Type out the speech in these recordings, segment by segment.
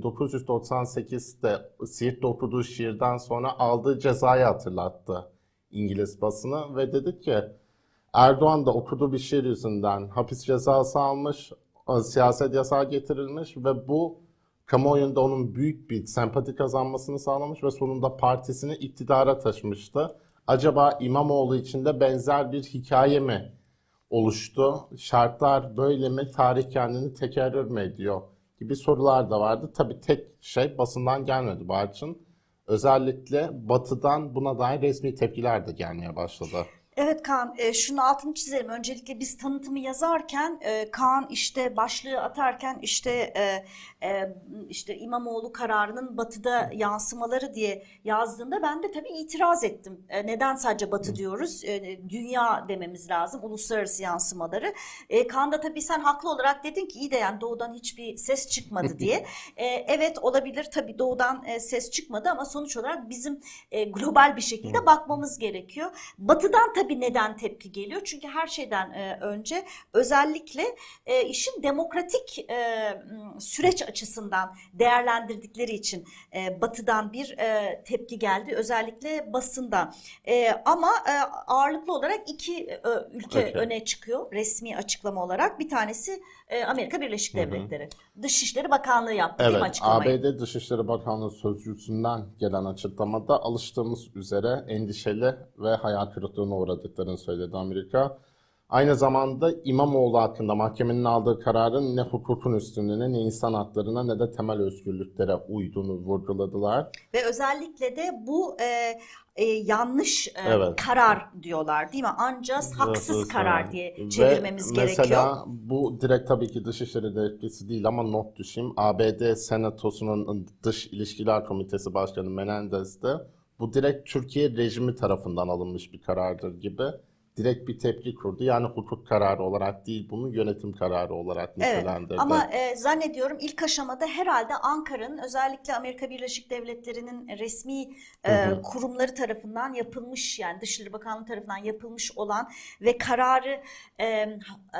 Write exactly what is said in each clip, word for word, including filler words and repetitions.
bin dokuz yüz doksan sekizde Siirt'te okuduğu şiirden sonra aldığı cezayı hatırlattı İngiliz basını ve dedi ki Erdoğan da okuduğu bir şiir yüzünden hapis cezası almış, siyaset yasağı getirilmiş ve bu kamuoyunda onun büyük bir sempati kazanmasını sağlamış ve sonunda partisini iktidara taşımıştı. Acaba İmamoğlu için de benzer bir hikaye mi oluştu? Şartlar böyle mi? Tarih kendini tekerrür mü ediyor? Gibi sorular da vardı. Tabii tek şey basından gelmedi Barçın. Özellikle Batı'dan buna dair resmi tepkiler de gelmeye başladı. Evet Kaan, e, şunun altını çizelim. Öncelikle biz tanıtımı yazarken e, Kaan işte başlığı atarken işte e, e, işte İmamoğlu kararının Batı'da yansımaları diye yazdığında ben de tabii itiraz ettim. E, neden sadece Batı diyoruz? E, dünya dememiz lazım, uluslararası yansımaları. E, Kaan da tabii sen haklı olarak dedin ki iyi de yani Doğu'dan hiçbir ses çıkmadı diye. E, evet olabilir tabii Doğu'dan e, ses çıkmadı ama sonuç olarak bizim e, global bir şekilde bakmamız gerekiyor. Batı'dan tabii neden tepki geliyor? Çünkü her şeyden e, önce özellikle e, işin demokratik e, süreç açısından değerlendirdikleri için e, Batı'dan bir e, tepki geldi. Özellikle basından. E, ama e, ağırlıklı olarak iki e, ülke okay. öne çıkıyor resmi açıklama olarak. Bir tanesi e, Amerika Birleşik Devletleri. Hı hı. Dışişleri Bakanlığı yaptı evet, değil mi açıklamayı? A B D Dışişleri Bakanlığı sözcüsünden gelen açıklamada alıştığımız üzere endişeli ve hayal kırıklığına uğradıklarını söyledi Amerika. Aynı zamanda İmamoğlu hakkında mahkemenin aldığı kararın ne hukukun üstünlüğüne ne insan haklarına ne de temel özgürlüklere uyduğunu vurguladılar. Ve özellikle de bu e, e, yanlış e, evet. karar diyorlar değil mi? Ancak haksız evet, karar diye çevirmemiz Ve gerekiyor. Mesela bu direkt tabii ki Dışişleri Delegesi değil ama not düşeyim. A B D Senatosu'nun Dış İlişkiler Komitesi Başkanı Menendez de bu direkt Türkiye rejimi tarafından alınmış bir karardır gibi direkt bir tepki kurdu. Yani hukuk kararı olarak değil, bunu yönetim kararı olarak nitelendirdi. Evet, ama e, zannediyorum ilk aşamada herhalde Ankara'nın özellikle Amerika Birleşik Devletleri'nin resmi e, hı hı. kurumları tarafından yapılmış, yani Dışişleri Bakanlığı tarafından yapılmış olan ve kararı e, e,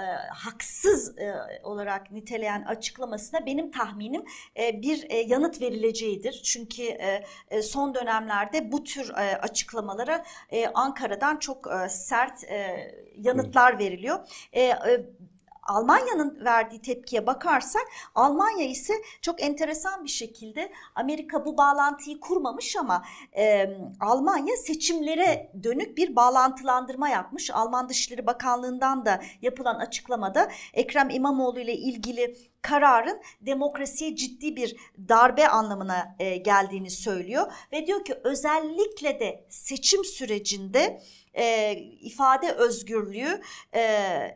haksız e, olarak niteleyen açıklamasına benim tahminim e, bir e, yanıt verileceğidir. Çünkü e, e, son dönemlerde bu tür e, açıklamalara e, Ankara'dan çok e, sert e, yanıtlar veriliyor. E, e, Almanya'nın verdiği tepkiye bakarsak Almanya ise çok enteresan bir şekilde Amerika bu bağlantıyı kurmamış ama e, Almanya seçimlere dönük bir bağlantılandırma yapmış. Alman Dışişleri Bakanlığı'ndan da yapılan açıklamada Ekrem İmamoğlu ile ilgili kararın demokrasiye ciddi bir darbe anlamına e, geldiğini söylüyor ve diyor ki özellikle de seçim sürecinde e, ifade özgürlüğü e,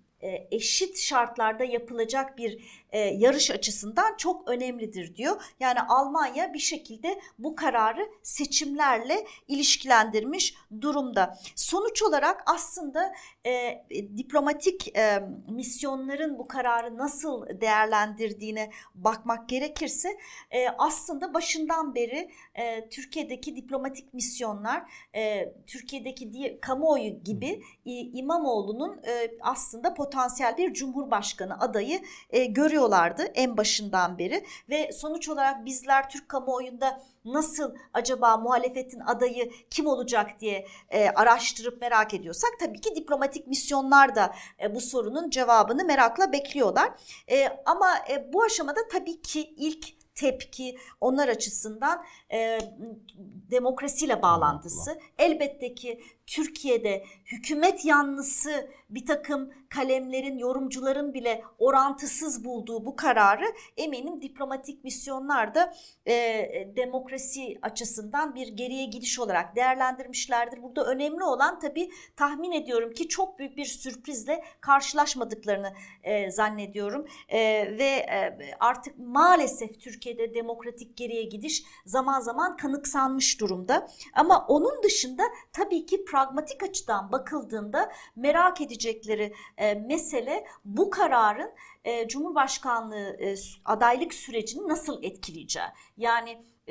eşit şartlarda yapılacak bir e, yarış açısından çok önemlidir diyor. Yani Almanya bir şekilde bu kararı seçimlerle ilişkilendirmiş durumda. Sonuç olarak aslında e, diplomatik e, misyonların bu kararı nasıl değerlendirdiğine bakmak gerekirse e, aslında başından beri e, Türkiye'deki diplomatik misyonlar e, Türkiye'deki diye, kamuoyu gibi e, İmamoğlu'nun e, aslında potansiyel bir cumhurbaşkanı adayı e, görüyorlardı en başından beri ve sonuç olarak bizler Türk kamuoyunda nasıl acaba muhalefetin adayı kim olacak diye e, araştırıp merak ediyorsak tabii ki diplomatik misyonlar da e, bu sorunun cevabını merakla bekliyorlar. E, ama e, bu aşamada tabii ki ilk tepki onlar açısından e, demokrasiyle bağlantısı. Elbette ki Türkiye'de hükümet yanlısı bir takım kalemlerin, yorumcuların bile orantısız bulduğu bu kararı eminim diplomatik misyonlar da e, demokrasi açısından bir geriye gidiş olarak değerlendirmişlerdir. Burada önemli olan tabii tahmin ediyorum ki çok büyük bir sürprizle karşılaşmadıklarını e, zannediyorum e, ve e, artık maalesef Türkiye'de demokratik geriye gidiş zaman zaman kanıksanmış durumda. Ama onun dışında tabii ki pragmatik açıdan bakıldığında merak edecekleri e, mesele bu kararın e, Cumhurbaşkanlığı e, adaylık sürecini nasıl etkileyeceği. Yani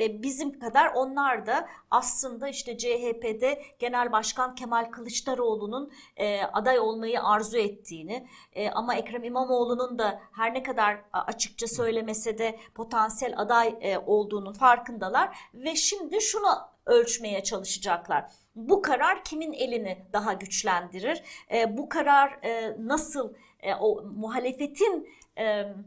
e, bizim kadar onlar da aslında işte C H P'de Genel Başkan Kemal Kılıçdaroğlu'nun e, aday olmayı arzu ettiğini e, ama Ekrem İmamoğlu'nun da her ne kadar açıkça söylemese de potansiyel aday e, olduğunun farkındalar ve şimdi şunu ölçmeye çalışacaklar. Bu karar kimin elini daha güçlendirir? E, bu karar e, nasıl e, o muhalefetin e,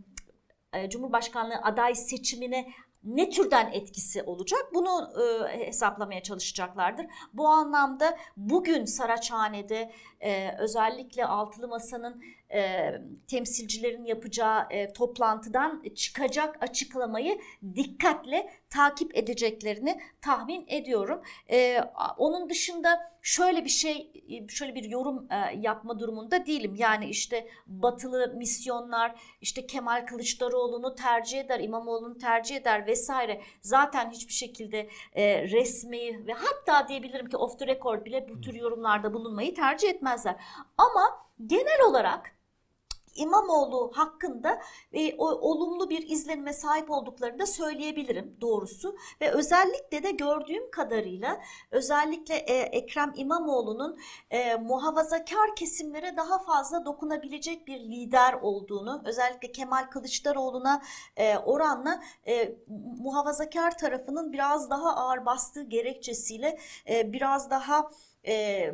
e, Cumhurbaşkanlığı aday seçimine ne türden etkisi olacak? Bunu e, hesaplamaya çalışacaklardır. Bu anlamda bugün Saraçhane'de e, özellikle Altılı Masa'nın e, temsilcilerin yapacağı e, toplantıdan çıkacak açıklamayı dikkatle takip edeceklerini tahmin ediyorum. E, onun dışında şöyle bir şey, şöyle bir yorum e, yapma durumunda değilim. Yani işte batılı misyonlar işte Kemal Kılıçdaroğlu'nu tercih eder, İmamoğlu'nu tercih eder vesaire. Zaten hiçbir şekilde e, resmi ve hatta diyebilirim ki off the record bile bu tür yorumlarda bulunmayı tercih etmezler. Ama genel olarak İmamoğlu hakkında e, o, olumlu bir izlenime sahip olduklarını da söyleyebilirim doğrusu. Ve özellikle de gördüğüm kadarıyla özellikle e, Ekrem İmamoğlu'nun e, muhafazakar kesimlere daha fazla dokunabilecek bir lider olduğunu, özellikle Kemal Kılıçdaroğlu'na e, oranla e, muhafazakar tarafının biraz daha ağır bastığı gerekçesiyle e, biraz daha E,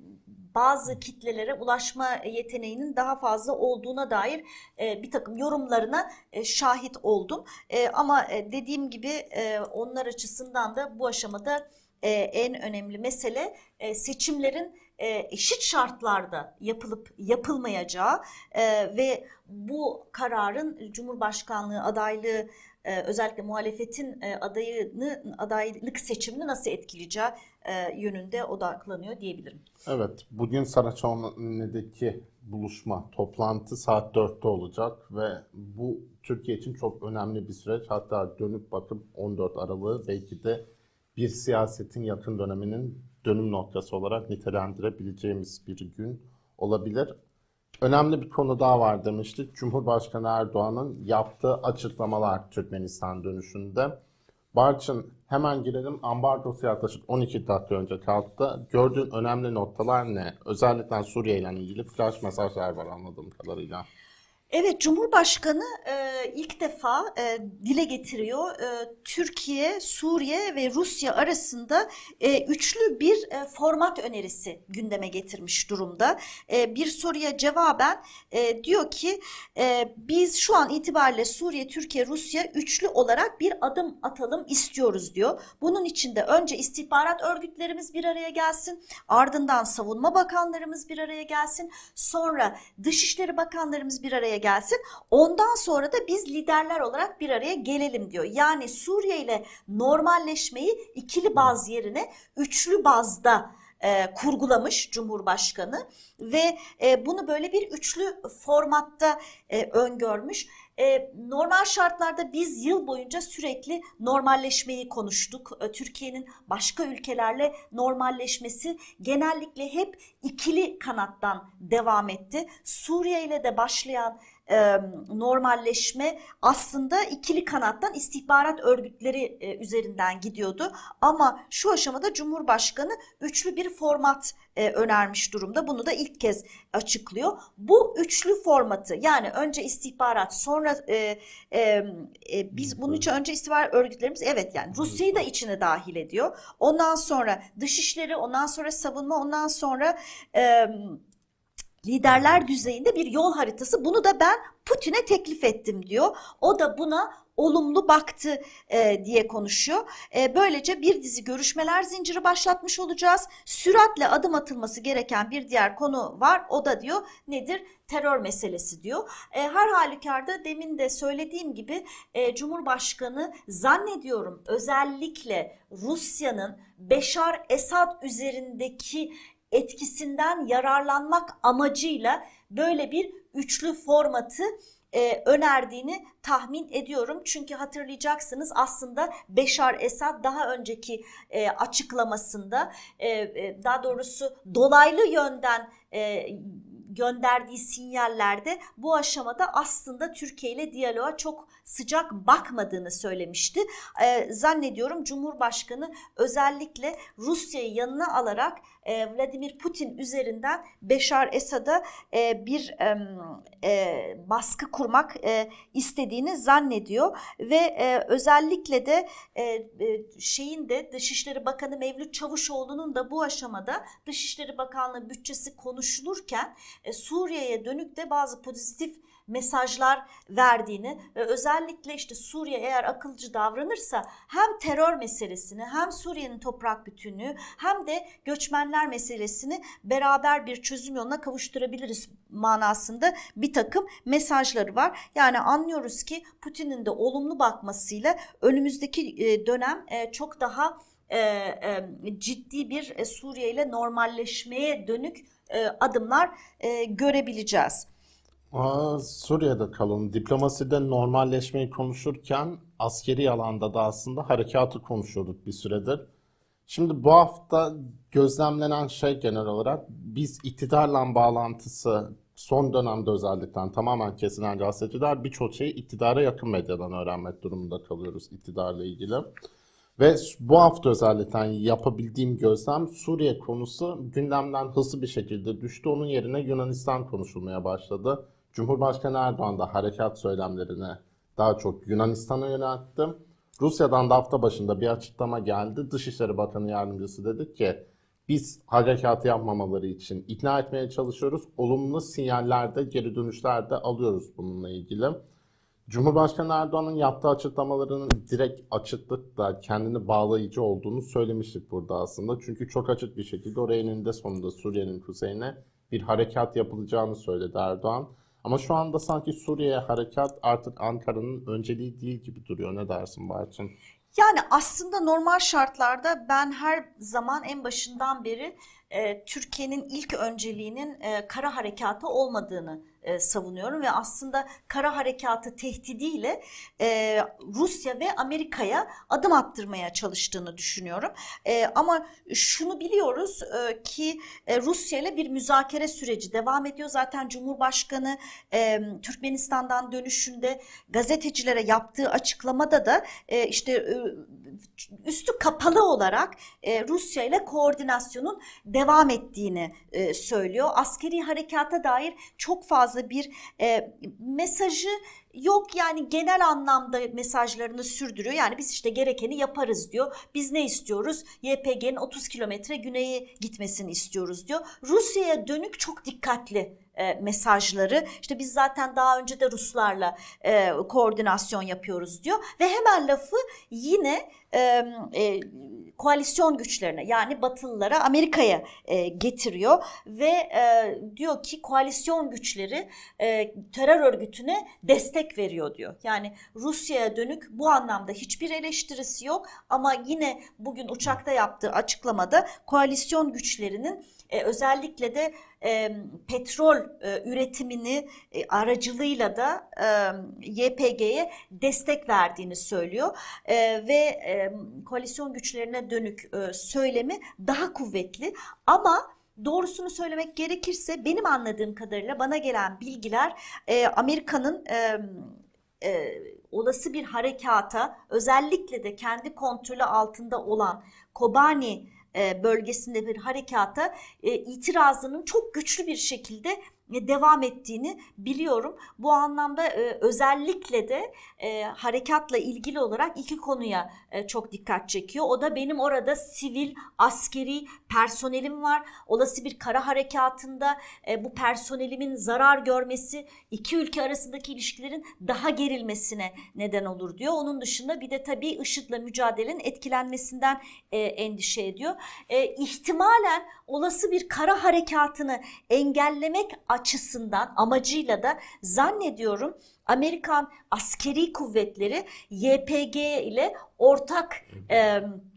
bazı kitlelere ulaşma yeteneğinin daha fazla olduğuna dair e, bir takım yorumlarına e, şahit oldum. E, ama e, dediğim gibi e, onlar açısından da bu aşamada e, en önemli mesele e, seçimlerin e, eşit şartlarda yapılıp yapılmayacağı e, ve bu kararın Cumhurbaşkanlığı adaylığı Ee, özellikle muhalefetin e, adayını adaylık seçimini nasıl etkileyeceği e, yönünde odaklanıyor diyebilirim. Evet, bugün Saraçhane'deki buluşma, toplantı saat dörtte olacak ve bu Türkiye için çok önemli bir süreç. Hatta dönüp bakıp on dört Aralık'ı belki de bir siyasetin yakın döneminin dönüm noktası olarak nitelendirebileceğimiz bir gün olabilir. Önemli bir konu daha var demiştik. Cumhurbaşkanı Erdoğan'ın yaptığı açıklamalar Türkmenistan dönüşünde. Barçın, hemen girelim. Ambargosu yaklaşık on iki dakika önce kalktı. Gördüğün önemli noktalar ne? Özellikle Suriye ile ilgili flash mesajlar var anladığım kadarıyla. Evet, Cumhurbaşkanı e, ilk defa e, dile getiriyor. E, Türkiye, Suriye ve Rusya arasında e, üçlü bir e, format önerisi gündeme getirmiş durumda. E, bir soruya cevaben e, diyor ki e, biz şu an itibariyle Suriye, Türkiye, Rusya üçlü olarak bir adım atalım istiyoruz diyor. Bunun için de önce istihbarat örgütlerimiz bir araya gelsin, ardından savunma bakanlarımız bir araya gelsin, sonra Dışişleri Bakanlarımız bir araya gelsin. Ondan sonra da biz liderler olarak bir araya gelelim diyor. Yani Suriye ile normalleşmeyi ikili baz yerine üçlü bazda e, kurgulamış Cumhurbaşkanı ve e, bunu böyle bir üçlü formatta e, öngörmüş. E, normal şartlarda biz yıl boyunca sürekli normalleşmeyi konuştuk. E, Türkiye'nin başka ülkelerle normalleşmesi genellikle hep ikili kanattan devam etti. Suriye ile de başlayan e, normalleşme aslında ikili kanattan istihbarat örgütleri e, üzerinden gidiyordu. Ama şu aşamada Cumhurbaşkanı üçlü bir format e, önermiş durumda. Bunu da ilk kez açıklıyor. Bu üçlü formatı, yani önce istihbarat, sonra e, e, e, biz bunun için önce istihbarat örgütlerimiz, evet, yani Rusya'yı da içine dahil ediyor. Ondan sonra dışişleri, ondan sonra savunma, ondan sonra e, liderler düzeyinde bir yol haritası. Bunu da ben Putin'e teklif ettim diyor. O da buna olumlu baktı e, diye konuşuyor. E, böylece bir dizi görüşmeler zinciri başlatmış olacağız. Süratle adım atılması gereken bir diğer konu var. O da diyor nedir? Terör meselesi diyor. E, her halükarda demin de söylediğim gibi e, Cumhurbaşkanı zannediyorum özellikle Rusya'nın Beşar Esad üzerindeki etkisinden yararlanmak amacıyla böyle bir üçlü formatı e, önerdiğini tahmin ediyorum. Çünkü hatırlayacaksınız aslında Beşar Esad daha önceki e, açıklamasında e, e, daha doğrusu dolaylı yönden e, gönderdiği sinyallerde bu aşamada aslında Türkiye ile diyaloğa çok sıcak bakmadığını söylemişti. E, zannediyorum Cumhurbaşkanı özellikle Rusya'yı yanına alarak e, Vladimir Putin üzerinden Beşar Esad'a e, bir e, e, baskı kurmak e, istediğini zannediyor ve e, özellikle de e, e, şeyin de Dışişleri Bakanı Mevlüt Çavuşoğlu'nun da bu aşamada Dışişleri Bakanlığı bütçesi konuşulurken e, Suriye'ye dönük de bazı pozitif mesajlar verdiğini ve özellikle işte Suriye eğer akılcı davranırsa hem terör meselesini hem Suriye'nin toprak bütünlüğü hem de göçmenler meselesini beraber bir çözüm yoluna kavuşturabiliriz manasında bir takım mesajları var. Yani anlıyoruz ki Putin'in de olumlu bakmasıyla önümüzdeki dönem çok daha ciddi bir Suriye ile normalleşmeye dönük adımlar görebileceğiz. Aa, Suriye'de kalın. Diplomaside normalleşmeyi konuşurken askeri alanda da aslında harekatı konuşuyorduk bir süredir. Şimdi bu hafta gözlemlenen şey genel olarak biz iktidarla bağlantısı son dönemde özellikle tamamen kesilen gazeteciler birçok şeyi iktidara yakın medyadan öğrenmek durumunda kalıyoruz iktidarla ilgili. Ve bu hafta özellikle yapabildiğim gözlem Suriye konusu gündemden hızlı bir şekilde düştü. Onun yerine Yunanistan konuşulmaya başladı. Cumhurbaşkanı Erdoğan da harekat söylemlerini daha çok Yunanistan'a yöneltti. Rusya'dan da hafta başında bir açıklama geldi. Dışişleri Bakanı Yardımcısı dedi ki biz harekatı yapmamaları için ikna etmeye çalışıyoruz. Olumlu sinyallerde, geri dönüşler de alıyoruz bununla ilgili. Cumhurbaşkanı Erdoğan'ın yaptığı açıklamalarının direkt açıklıkla kendini bağlayıcı olduğunu söylemiştik burada aslında. Çünkü çok açık bir şekilde oraya eninde sonunda Suriye'nin kuzeyine bir harekat yapılacağını söyledi Erdoğan. Ama şu anda sanki Suriye'ye harekat artık Ankara'nın önceliği değil gibi duruyor. Ne dersin Barçın? Yani aslında normal şartlarda ben her zaman en başından beri e, Türkiye'nin ilk önceliğinin e, kara harekatı olmadığını e, savunuyorum ve aslında kara harekatı tehdidiyle e, Rusya ve Amerika'ya adım attırmaya çalıştığını düşünüyorum. E, ama şunu biliyoruz e, ki e, Rusya ile bir müzakere süreci devam ediyor. Zaten Cumhurbaşkanı e, Türkmenistan'dan dönüşünde gazetecilere yaptığı açıklamada da e, işte e, üstü kapalı olarak e, Rusya ile koordinasyonun devam ettiğini e, söylüyor. Askeri harekata dair çok fazla bir e, mesajı yok, yani genel anlamda mesajlarını sürdürüyor. Yani biz işte gerekeni yaparız diyor. Biz ne istiyoruz? Y P G'nin otuz kilometre güneye gitmesini istiyoruz diyor. Rusya'ya dönük çok dikkatli e, mesajları. İşte biz zaten daha önce de Ruslarla e, koordinasyon yapıyoruz diyor. Ve hemen lafı yine e, e, koalisyon güçlerine, yani Batılılara, Amerika'ya e, getiriyor ve e, diyor ki koalisyon güçleri e, terör örgütüne destek veriyor diyor. Yani Rusya'ya dönük bu anlamda hiçbir eleştirisi yok ama yine bugün uçakta yaptığı açıklamada koalisyon güçlerinin e, özellikle de e, petrol e, üretimini e, aracılığıyla da e, Y P G'ye destek verdiğini söylüyor e, ve e, koalisyon güçlerine dönük e, söylemi daha kuvvetli. Ama doğrusunu söylemek gerekirse benim anladığım kadarıyla bana gelen bilgiler e, Amerika'nın e, e, olası bir harekata, özellikle de kendi kontrolü altında olan Kobani bölgesinde bir harekata e, itirazının çok güçlü bir şekilde e, devam ettiğini biliyorum. Bu anlamda e, özellikle de e, harekatla ilgili olarak iki konuya e, çok dikkat çekiyor. O da benim orada sivil, askeri personelim var. Olası bir kara harekatında e, bu personelimin zarar görmesi iki ülke arasındaki ilişkilerin daha gerilmesine neden olur diyor. Onun dışında bir de tabii IŞİD'le mücadelenin etkilenmesinden e, endişe ediyor. E, ihtimalen olası bir kara harekatını engellemek açısından amacıyla da zannediyorum Amerikan askeri kuvvetleri Y P G ile ortak e,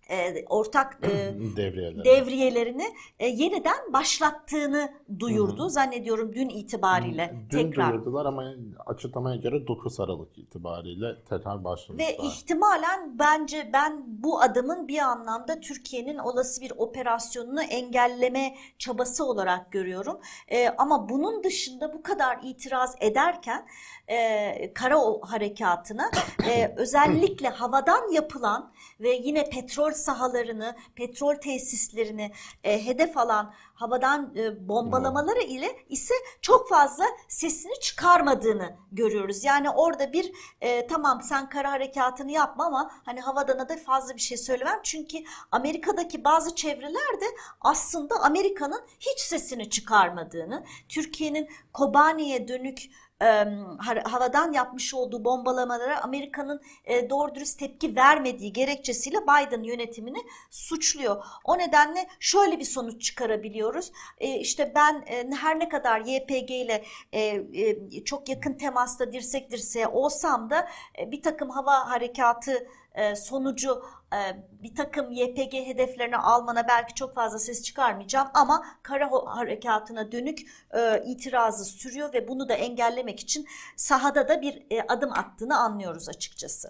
e, ortak e, Devriyeleri. devriyelerini e, yeniden başlattığını duyurdu. Hı hı. Zannediyorum dün itibariyle Dün tekrar. duyurdular ama açıklamaya göre dokuz Aralık itibariyle tekrar başlamışlar. Ve ihtimalen bence ben bu adımın bir anlamda Türkiye'nin olası bir operasyonunu engelleme çabası olarak görüyorum. E, ama bunun dışında bu kadar itiraz ederken e, kara harekatına e, özellikle havadan yapılan ve yine petrol sahalarını, petrol tesislerini e, hedef alan havadan e, bombalamaları ile ise çok fazla sesini çıkarmadığını görüyoruz. Yani orada bir e, tamam sen kara harekatını yapma ama hani havadan da fazla bir şey söylemem. Çünkü Amerika'daki bazı çevrelerde aslında Amerika'nın hiç sesini çıkarmadığını, Türkiye'nin Kobani'ye dönük e, havadan yapmış olduğu bombalamalara Amerika'nın e, doğru dürüst tepki vermediği gerekçesiyle Biden yönetimini suçluyor. O nedenle şöyle bir sonuç çıkarabiliyoruz. E, işte ben e, her ne kadar Y P G ile e, e, çok yakın temasta dirsek dirseğe olsam da e, bir takım hava harekatı e, sonucu e, bir takım Y P G hedeflerini almana belki çok fazla ses çıkarmayacağım ama kara harekatına dönük e, itirazı sürüyor ve bunu da engellemek için sahada da bir e, adım attığını anlıyoruz açıkçası.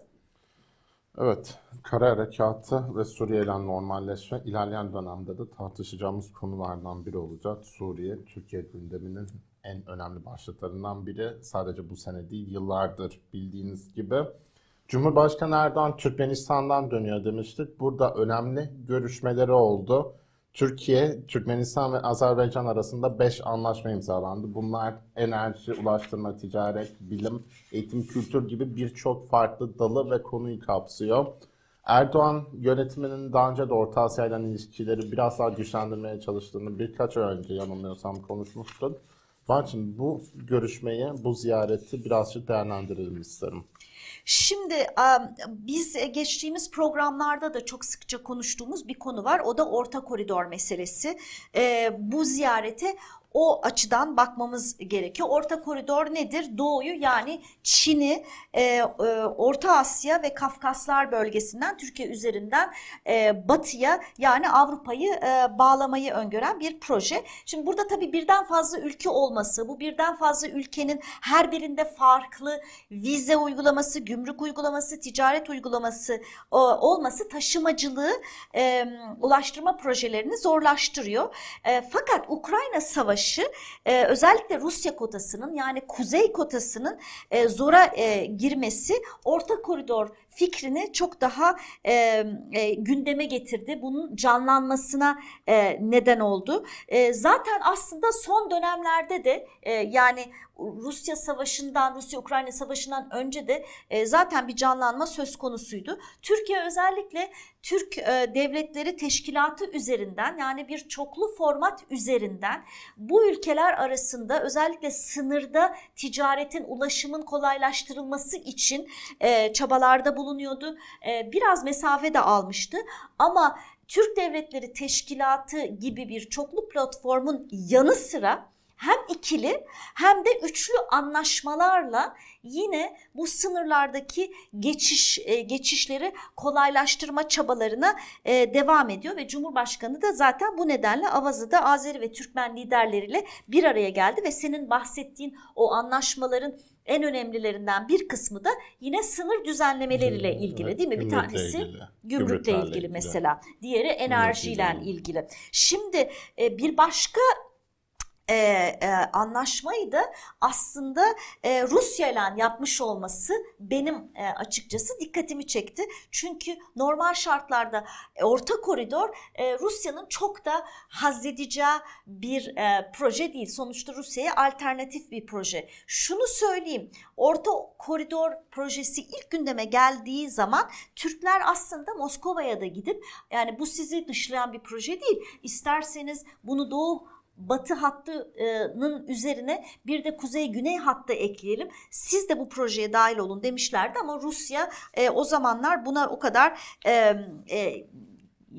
Evet, kara harekatı ve Suriye ile normalleşme ilerleyen dönemde de tartışacağımız konulardan biri olacak. Suriye, Türkiye gündeminin en önemli başlıklarından biri. Sadece bu sene değil, yıllardır bildiğiniz gibi. Cumhurbaşkanı Erdoğan Türkmenistan'dan dönüyor demiştik. Burada önemli görüşmeleri oldu. Türkiye, Türkmenistan ve Azerbaycan arasında beş anlaşma imzalandı. Bunlar enerji, ulaştırma, ticaret, bilim, eğitim, kültür gibi birçok farklı dalı ve konuyu kapsıyor. Erdoğan yönetiminin daha önce de Orta Asya ile ilişkileri biraz daha güçlendirmeye çalıştığını birkaç ay önce yanılmıyorsam konuşmuştuk. Ben şimdi bu görüşmeyi, bu ziyareti birazcık değerlendirelim isterim. Şimdi biz geçtiğimiz programlarda da çok sıkça konuştuğumuz bir konu var. O da Orta Koridor meselesi. Bu ziyarete o açıdan bakmamız gerekiyor. Orta Koridor nedir? Doğuyu yani Çin'i, e, e, Orta Asya ve Kafkaslar bölgesinden Türkiye üzerinden e, batıya yani Avrupa'yı e, bağlamayı öngören bir proje. Şimdi burada tabii birden fazla ülke olması, bu birden fazla ülkenin her birinde farklı vize uygulaması, gümrük uygulaması, ticaret uygulaması o, olması taşımacılığı, e, ulaştırma projelerini zorlaştırıyor. E, fakat Ukrayna Savaşı Ee, özellikle Rusya kotasının yani kuzey kotasının e, zora e, girmesi Orta Koridor fikrini çok daha e, e, gündeme getirdi. Bunun canlanmasına e, neden oldu. E, zaten aslında son dönemlerde de e, yani Rusya Savaşı'ndan, Rusya-Ukrayna Savaşı'ndan önce de e, zaten bir canlanma söz konusuydu. Türkiye özellikle Türk e, Devletleri Teşkilatı üzerinden yani bir çoklu format üzerinden bu ülkeler arasında özellikle sınırda ticaretin, ulaşımın kolaylaştırılması için e, çabalarda bulunuyordu. E, biraz mesafe de almıştı ama Türk Devletleri Teşkilatı gibi bir çoklu platformun yanı sıra hem ikili hem de üçlü anlaşmalarla yine bu sınırlardaki geçiş e, geçişleri kolaylaştırma çabalarına e, devam ediyor ve Cumhurbaşkanı da zaten bu nedenle Avazı'da Azeri ve Türkmen liderleriyle bir araya geldi ve senin bahsettiğin o anlaşmaların en önemlilerinden bir kısmı da yine sınır düzenlemeleriyle Hmm, ilgili evet, değil mi? Bir tanesi ilgili. gümrükle ilgili, ilgili mesela. Diğeri enerjiyle ilgili. Şimdi e, bir başka E, e, anlaşmayı da aslında e, Rusya ile yapmış olması benim e, açıkçası dikkatimi çekti. Çünkü normal şartlarda e, Orta Koridor e, Rusya'nın çok da haz edeceği bir e, proje değil. Sonuçta Rusya'ya alternatif bir proje. Şunu söyleyeyim, Orta Koridor projesi ilk gündeme geldiği zaman Türkler aslında Moskova'ya da gidip yani bu sizi dışlayan bir proje değil. İsterseniz bunu Doğu Batı hattının üzerine bir de kuzey-güney hattı ekleyelim. Siz de bu projeye dahil olun demişlerdi ama Rusya e, o zamanlar buna o kadar e, e,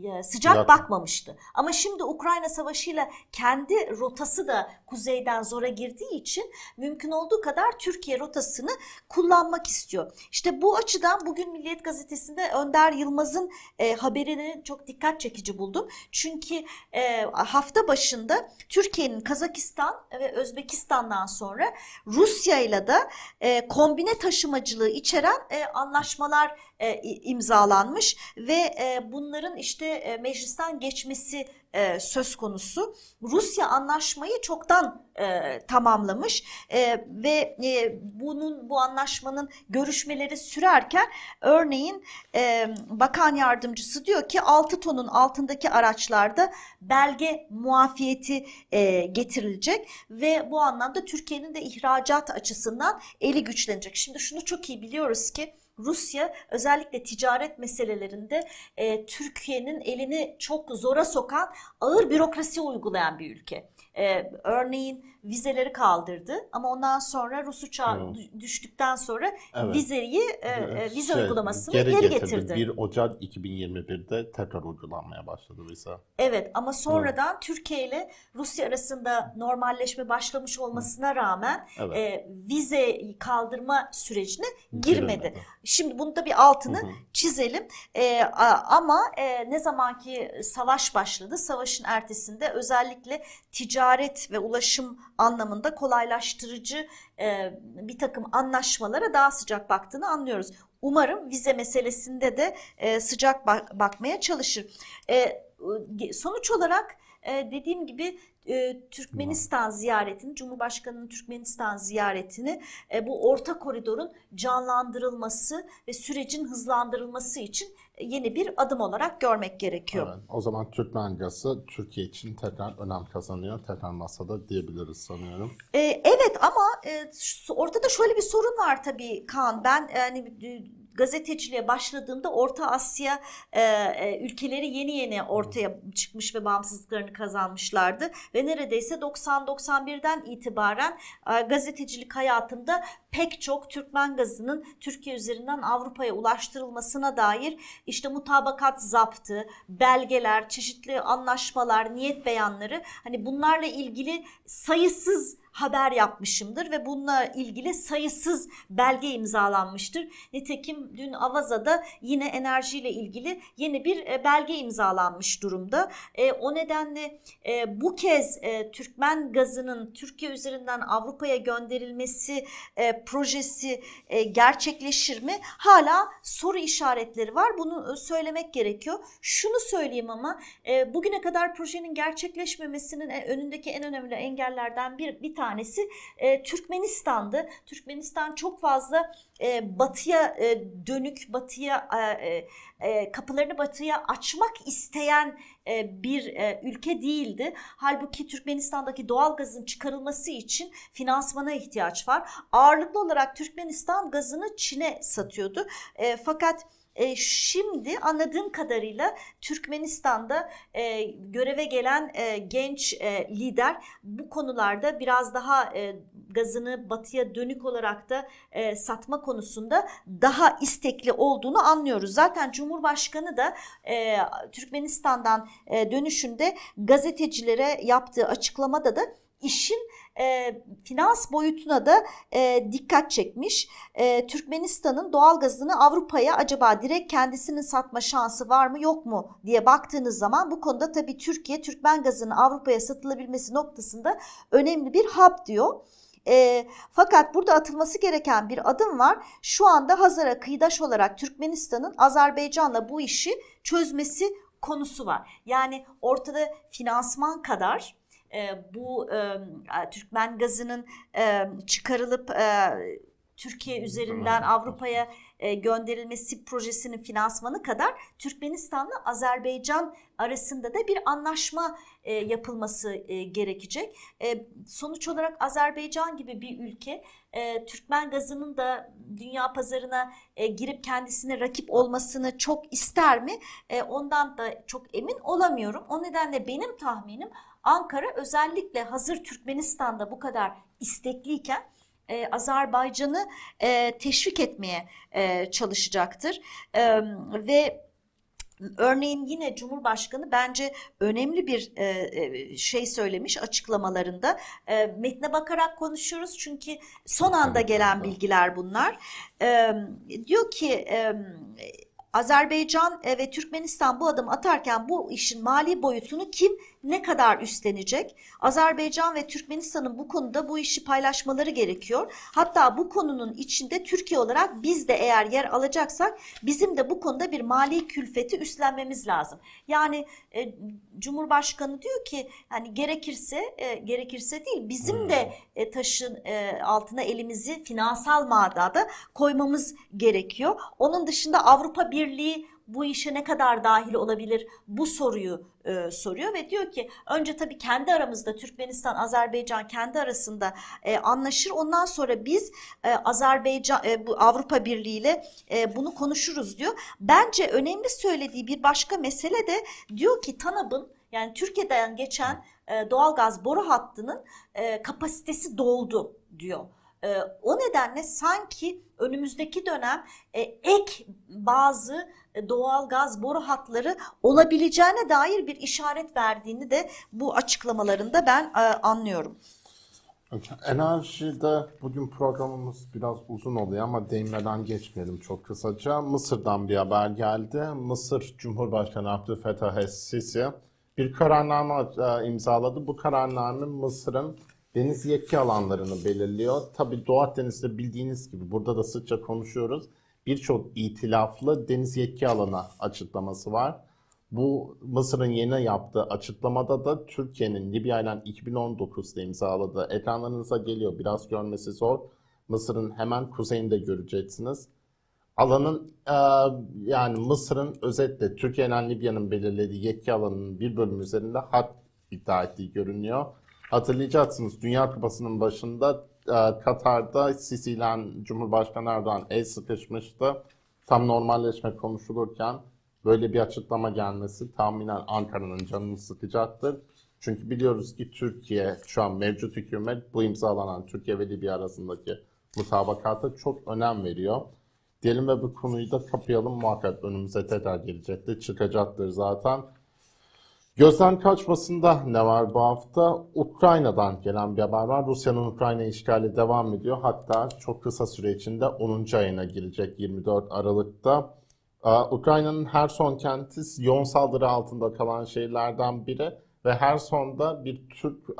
e, sıcak Yok. bakmamıştı. Ama şimdi Ukrayna Savaşı'yla kendi rotası da kuzeyden zora girdiği için mümkün olduğu kadar Türkiye rotasını kullanmak istiyor. İşte bu açıdan bugün Milliyet Gazetesi'nde Önder Yılmaz'ın e, haberini çok dikkat çekici buldum. Çünkü e, hafta başında Türkiye'nin Kazakistan ve Özbekistan'dan sonra Rusya ile de e, kombine taşımacılığı içeren e, anlaşmalar e, imzalanmış ve e, bunların işte e, meclisten geçmesi e, söz konusu. Rusya anlaşmayı çoktan e, tamamlamış e, ve e, bunun bu anlaşmanın görüşmeleri sürerken örneğin e, bakan yardımcısı diyor ki altı tonun altındaki araçlarda belge muafiyeti e, getirilecek ve bu anlamda Türkiye'nin de ihracat açısından eli güçlenecek. Şimdi şunu çok iyi biliyoruz ki Rusya özellikle ticaret meselelerinde e, Türkiye'nin elini çok zora sokan ağır bürokrasi uygulayan bir ülke. E, örneğin vizeleri kaldırdı ama ondan sonra Rus uçağı hmm. düştükten sonra evet. vizeyi e, e, vize şey, uygulamasını geri, geri getirdi. getirdi. bir Ocak iki bin yirmi birde tekrar uygulanmaya başladı vize. Evet ama sonradan hmm. Türkiye ile Rusya arasında normalleşme başlamış olmasına hmm. rağmen evet. e, vize kaldırma sürecine girmedi. girmedi. Şimdi bunu da bir altını hı hı. çizelim e, ama e, ne zamanki savaş başladı, savaşın ertesinde özellikle ticaret ve ulaşım anlamında kolaylaştırıcı e, bir takım anlaşmalara daha sıcak baktığını anlıyoruz. Umarım vize meselesinde de e, sıcak bak- bakmaya çalışır. E, sonuç olarak e, dediğim gibi e, Türkmenistan ziyaretini, Cumhurbaşkanı'nın Türkmenistan ziyaretini e, bu orta koridorun canlandırılması ve sürecin hızlandırılması için yeni bir adım olarak görmek gerekiyor. Evet, o zaman Türkmen gazı Türkiye için tekrar önem kazanıyor. Tekrar masada diyebiliriz sanıyorum. E, evet ama e, ortada şöyle bir sorun var tabii Kaan. Ben yani gazeteciliğe başladığımda Orta Asya e, e, ülkeleri yeni yeni ortaya çıkmış ve bağımsızlıklarını kazanmışlardı. Ve neredeyse doksan doksan birden itibaren e, gazetecilik hayatımda pek çok Türkmen gazının Türkiye üzerinden Avrupa'ya ulaştırılmasına dair işte mutabakat zaptı, belgeler, çeşitli anlaşmalar, niyet beyanları, hani bunlarla ilgili sayısız haber yapmışımdır ve bununla ilgili sayısız belge imzalanmıştır. Nitekim dün Avaza'da yine enerjiyle ilgili yeni bir belge imzalanmış durumda. E, o nedenle e, bu kez e, Türkmen gazının Türkiye üzerinden Avrupa'ya gönderilmesi e, projesi e, gerçekleşir mi? Hala soru işaretleri var. Bunu söylemek gerekiyor. Şunu söyleyeyim ama e, bugüne kadar projenin gerçekleşmemesinin önündeki en önemli engellerden bir, bir tanesi e, Türkmenistan'dı. Türkmenistan çok fazla e, batıya e, dönük, batıya e, e, kapılarını batıya açmak isteyen e, bir e, ülke değildi. Halbuki Türkmenistan'daki doğal gazın çıkarılması için finansmana ihtiyaç var. Ağırlıklı olarak Türkmenistan gazını Çin'e satıyordu. E, fakat E, şimdi anladığım kadarıyla Türkmenistan'da e, göreve gelen e, genç e, lider bu konularda biraz daha e, gazını batıya dönük olarak da e, satma konusunda daha istekli olduğunu anlıyoruz. Zaten Cumhurbaşkanı da e, Türkmenistan'dan e, dönüşünde gazetecilere yaptığı açıklamada da işin e, finans boyutuna da e, dikkat çekmiş. E, Türkmenistan'ın doğal gazını Avrupa'ya acaba direkt kendisinin satma şansı var mı yok mu diye baktığınız zaman bu konuda tabii Türkiye Türkmen gazının Avrupa'ya satılabilmesi noktasında önemli bir hub diyor. E, fakat burada atılması gereken bir adım var. Şu anda Hazar'a kıyıdaş olarak Türkmenistan'ın Azerbaycan'la bu işi çözmesi konusu var. Yani ortada finansman kadar E, bu e, Türkmen gazının e, çıkarılıp e, Türkiye üzerinden Avrupa'ya e, gönderilmesi projesinin finansmanı kadar Türkmenistan'la Azerbaycan arasında da bir anlaşma e, yapılması e, gerekecek. E, sonuç olarak Azerbaycan gibi bir ülke e, Türkmen gazının da dünya pazarına e, girip kendisine rakip olmasını çok ister mi? E, ondan da çok emin olamıyorum. O nedenle benim tahminim Ankara özellikle hazır Türkmenistan'da bu kadar istekliyken e, Azerbaycan'ı e, teşvik etmeye e, çalışacaktır. E, ve Örneğin yine Cumhurbaşkanı bence önemli bir e, şey söylemiş açıklamalarında. E, metne bakarak konuşuyoruz çünkü son anda gelen bilgiler bunlar. E, diyor ki e, Azerbaycan ve Türkmenistan bu adımı atarken bu işin mali boyutunu kim ne kadar üstlenecek? Azerbaycan ve Türkmenistan'ın bu konuda bu işi paylaşmaları gerekiyor. Hatta bu konunun içinde Türkiye olarak biz de eğer yer alacaksak bizim de bu konuda bir mali külfeti üstlenmemiz lazım. Yani e, Cumhurbaşkanı diyor ki hani gerekirse e, gerekirse değil bizim de e, taşın e, altına elimizi finansal manada koymamız gerekiyor. Onun dışında Avrupa Birliği bu işe ne kadar dahil olabilir bu soruyu e, soruyor ve diyor ki önce tabii kendi aramızda Türkmenistan, Azerbaycan kendi arasında e, anlaşır. Ondan sonra biz e, Azerbaycan e, bu Avrupa Birliği ile e, bunu konuşuruz diyor. Bence önemli söylediği bir başka mesele de diyor ki TANAP'ın yani Türkiye'den geçen e, doğalgaz boru hattının e, kapasitesi doldu diyor. E, o nedenle sanki önümüzdeki dönem e, ek bazı doğal gaz boru hatları olabileceğine dair bir işaret verdiğini de bu açıklamalarında ben e, anlıyorum. Enerjide bugün programımız biraz uzun oluyor ama değinmeden geçmeyelim çok kısaca. Mısır'dan bir haber geldi. Mısır Cumhurbaşkanı Abdülfettah Es-Sisi bir kararname e, imzaladı. Bu kararname Mısır'ın deniz yetki alanlarını belirliyor. Tabii Doğu Akdeniz'de bildiğiniz gibi burada da sıkça konuşuyoruz. Birçok itilaflı deniz yetki alanı açıklaması var. Bu Mısır'ın yeni yaptığı açıklamada da Türkiye'nin Libya ile iki bin on dokuzda imzaladığı ekranlarınıza geliyor. Biraz görmesi zor. Mısır'ın hemen kuzeyinde göreceksiniz. Alanın e, yani Mısır'ın özetle Türkiye ile Libya'nın belirlediği yetki alanının bir bölümü üzerinde had iddia ettiği görünüyor. Hatırlayacaksınız Dünya Kupası'nın başında e, Katar'da Sisi ile Cumhurbaşkanı Erdoğan el sıkışmıştı. Tam normalleşme konuşulurken böyle bir açıklama gelmesi tahminen Ankara'nın canını sıkacaktır. Çünkü biliyoruz ki Türkiye, şu an mevcut hükümet bu imzalanan Türkiye ve Libya arasındaki mutabakata çok önem veriyor. Diyelim ve bu konuyu da kapayalım, muhakkak önümüze tekrar gelecektir, çıkacaktır zaten. Gözden kaçmasında ne var bu hafta? Ukrayna'dan gelen bir haber var. Rusya'nın Ukrayna işgali devam ediyor. Hatta çok kısa süre içinde onuncu ayına girecek yirmi dört Aralık'ta. Ukrayna'nın Herson kenti yoğun saldırı altında kalan şehirlerden biri ve Herson'da bir Türk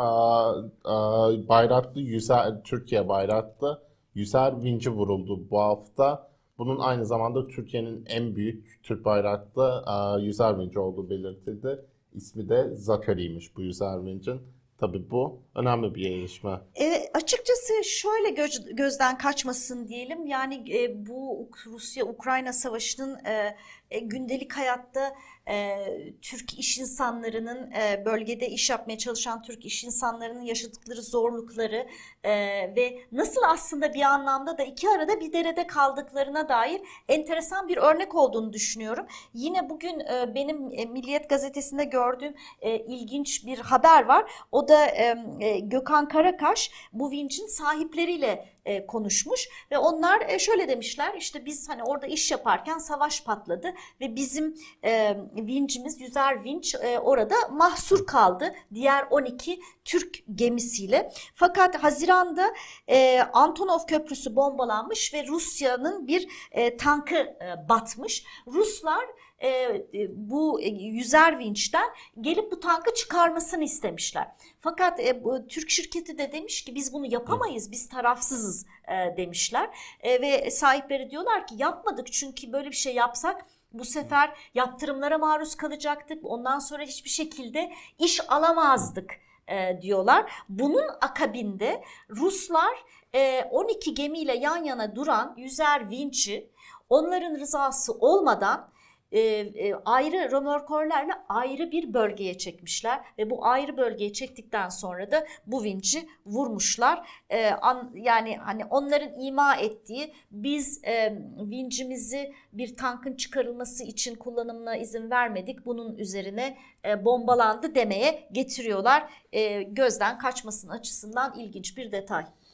bayraklı yüzer, Türkiye bayraklı yüzer vinci vuruldu bu hafta. Bunun aynı zamanda Türkiye'nin en büyük Türk bayraklı yüzer vinci olduğu belirtildi. İsmi de Zakari'ymiş bu yüzer vincin. Tabii bu önemli bir gelişme. E, açıkçası şöyle göz, gözden kaçmasın diyelim. Yani e, bu Rusya-Ukrayna savaşının e, e, gündelik hayatta e, Türk iş insanlarının e, bölgede iş yapmaya çalışan Türk iş insanlarının yaşadıkları zorlukları e, ve nasıl aslında bir anlamda da iki arada bir derede kaldıklarına dair enteresan bir örnek olduğunu düşünüyorum. Yine bugün e, benim e, Milliyet Gazetesi'nde gördüğüm e, ilginç bir haber var. O da e, Gökhan Karakaş bu vincin sahipleriyle e, konuşmuş ve onlar e, şöyle demişler, işte biz hani orada iş yaparken savaş patladı ve bizim e, vincimiz, yüzer vinç e, orada mahsur kaldı diğer on iki Türk gemisiyle. Fakat Haziran'da e, Antonov Köprüsü bombalanmış ve Rusya'nın bir e, tankı e, batmış. Ruslar E, bu yüzer vinçten gelip bu tankı çıkarmasını istemişler. Fakat e, bu Türk şirketi de demiş ki biz bunu yapamayız, biz tarafsızız e, demişler. E, ve sahipleri diyorlar ki yapmadık çünkü böyle bir şey yapsak bu sefer yaptırımlara maruz kalacaktık. Ondan sonra hiçbir şekilde iş alamazdık e, diyorlar. Bunun akabinde Ruslar e, on iki gemiyle yan yana duran yüzer vinçi onların rızası olmadan E, e, ayrı römorkörlerle ayrı bir bölgeye çekmişler ve bu ayrı bölgeye çektikten sonra da bu vinci vurmuşlar. E, an, yani hani onların ima ettiği biz e, vincimizi bir tankın çıkarılması için kullanımına izin vermedik, bunun üzerine e, bombalandı demeye getiriyorlar. E, gözden kaçmasının açısından ilginç bir detay.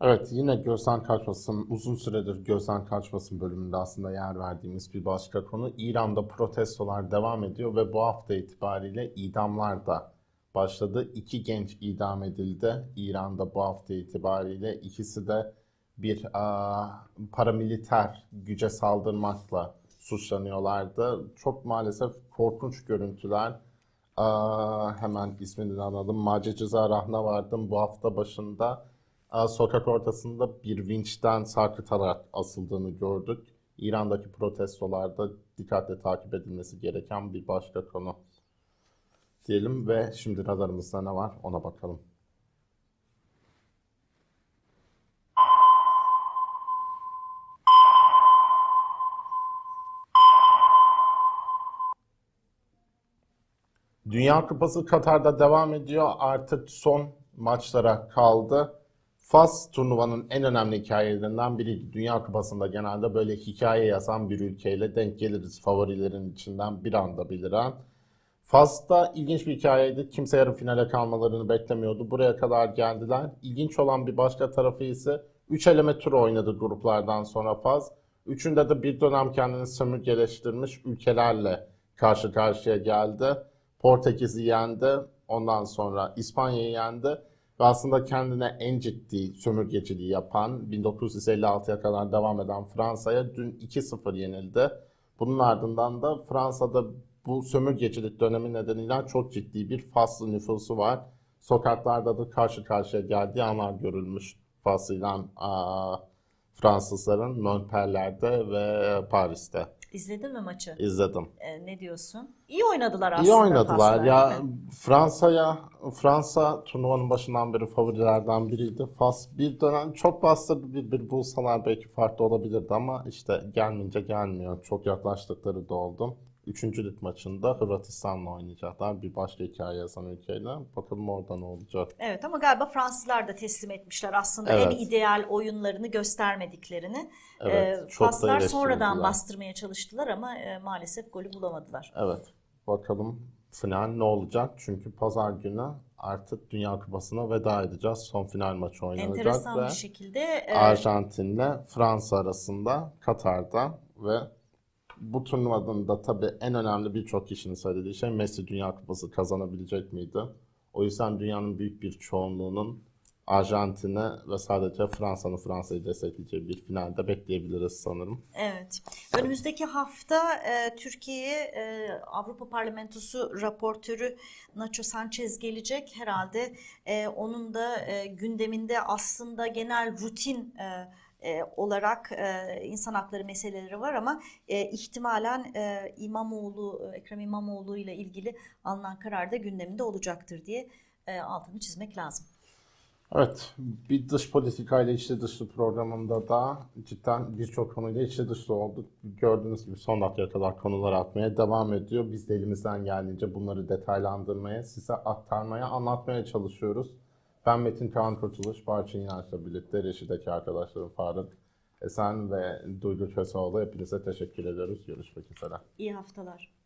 Evet, yine gözden kaçmasın, uzun süredir gözden kaçmasın bölümünde aslında yer verdiğimiz bir başka konu. İran'da protestolar devam ediyor ve bu hafta itibariyle idamlar da başladı. İki genç idam edildi İran'da bu hafta itibariyle. İkisi de bir aa, paramiliter güce saldırmakla suçlanıyorlardı. Çok maalesef korkunç görüntüler. Aa, hemen ismini anladım. Mace Ceza Rahnavardım bu hafta başında Aa, sokak ortasında bir vinçten sarkıtarak asıldığını gördük. İran'daki protestolarda dikkatle takip edilmesi gereken bir başka konu diyelim ve şimdi radarımızda ne var ona bakalım. Dünya Kupası Katar'da devam ediyor. Artık son maçlara kaldı. Fas turnuvanın en önemli hikayelerinden biriydi. Dünya Kupası'nda genelde böyle hikaye yazan bir ülkeyle denk geliriz. Favorilerin içinden bir anda beliren. Fas'ta ilginç bir hikayeydi. Kimse yarı finale kalmalarını beklemiyordu. Buraya kadar geldiler. İlginç olan bir başka tarafı ise üç eleme turu oynadı gruplardan sonra Fas. Üçünde de bir dönem kendini sömürgeleştirmiş ülkelerle karşı karşıya geldi. Portekiz'i yendi. Ondan sonra İspanya'yı yendi. Ve aslında kendine en ciddi sömürgeciliği yapan, bin dokuz yüz elli altıya kadar devam eden Fransa'ya dün iki sıfır yenildi. Bunun ardından da Fransa'da bu sömürgecilik dönemi nedeniyle çok ciddi bir Faslı nüfusu var. Sokaklarda da karşı karşıya geldiği anlar görülmüş Fas'ıyla Fransızların Montpellier'de ve Paris'te. İzledin mi maçı? İzledim. Ee, ne diyorsun? İyi oynadılar aslında. İyi oynadılar Faslar, ya. değil mi? Fransa'ya Fransa turnuvanın başından beri favorilerden biriydi. Fas bir dönem çok bastırdı, bir, bir bulsalar belki farklı olabilirdi ama işte gelmeyince gelmiyor. Çok yaklaştıkları da oldu. Üçüncülük maçında Hırvatistan'la oynayacaklar. Bir başka hikaye yazan ülkeyle. Bakalım orada ne olacak. Evet ama galiba Fransızlar da teslim etmişler aslında Evet. en ideal oyunlarını göstermediklerini. Evet, Ee, çok da Faslar sonradan eleştirildiler. bastırmaya çalıştılar ama e, maalesef golü bulamadılar. Evet. Bakalım final ne olacak? Çünkü pazar günü artık Dünya Kupası'na veda edeceğiz. Son final maçı oynanacak Enteresan ve bir şekilde e, Arjantin'le Fransa arasında Katar'da ve bu turnuvanın da tabii en önemli birçok kişinin söylediği şey Messi Dünya Kupası kazanabilecek miydi? O yüzden dünyanın büyük bir çoğunluğunun Arjantin'e ve sadece Fransa'nın Fransa'yı destekleyeceği bir finalde bekleyebiliriz sanırım. evet. Önümüzdeki hafta e, Türkiye'ye e, Avrupa Parlamentosu raportörü Nacho Sanchez gelecek. Herhalde e, onun da e, gündeminde aslında genel rutin e, e, olarak e, insan hakları meseleleri var ama e, ihtimalen e, İmamoğlu, Ekrem İmamoğlu ile ilgili alınan karar da gündeminde olacaktır diye e, altını çizmek lazım. Evet, bir dış politikayla içli dışlı programında da cidden birçok konuyla içli dışlı olduk. Gördüğünüz gibi son dakikaya kadar konular atmaya devam ediyor. Biz de elimizden geldiğince bunları detaylandırmaya, size aktarmaya, anlatmaya çalışıyoruz. Ben Metin Kaan Kurtuluş, Barçın İnanç'la birlikte Reşi'deki arkadaşlarım Faruk Esen ve Duygu Köseoğlu hepinize teşekkür ediyoruz. Görüşmek üzere. İyi haftalar.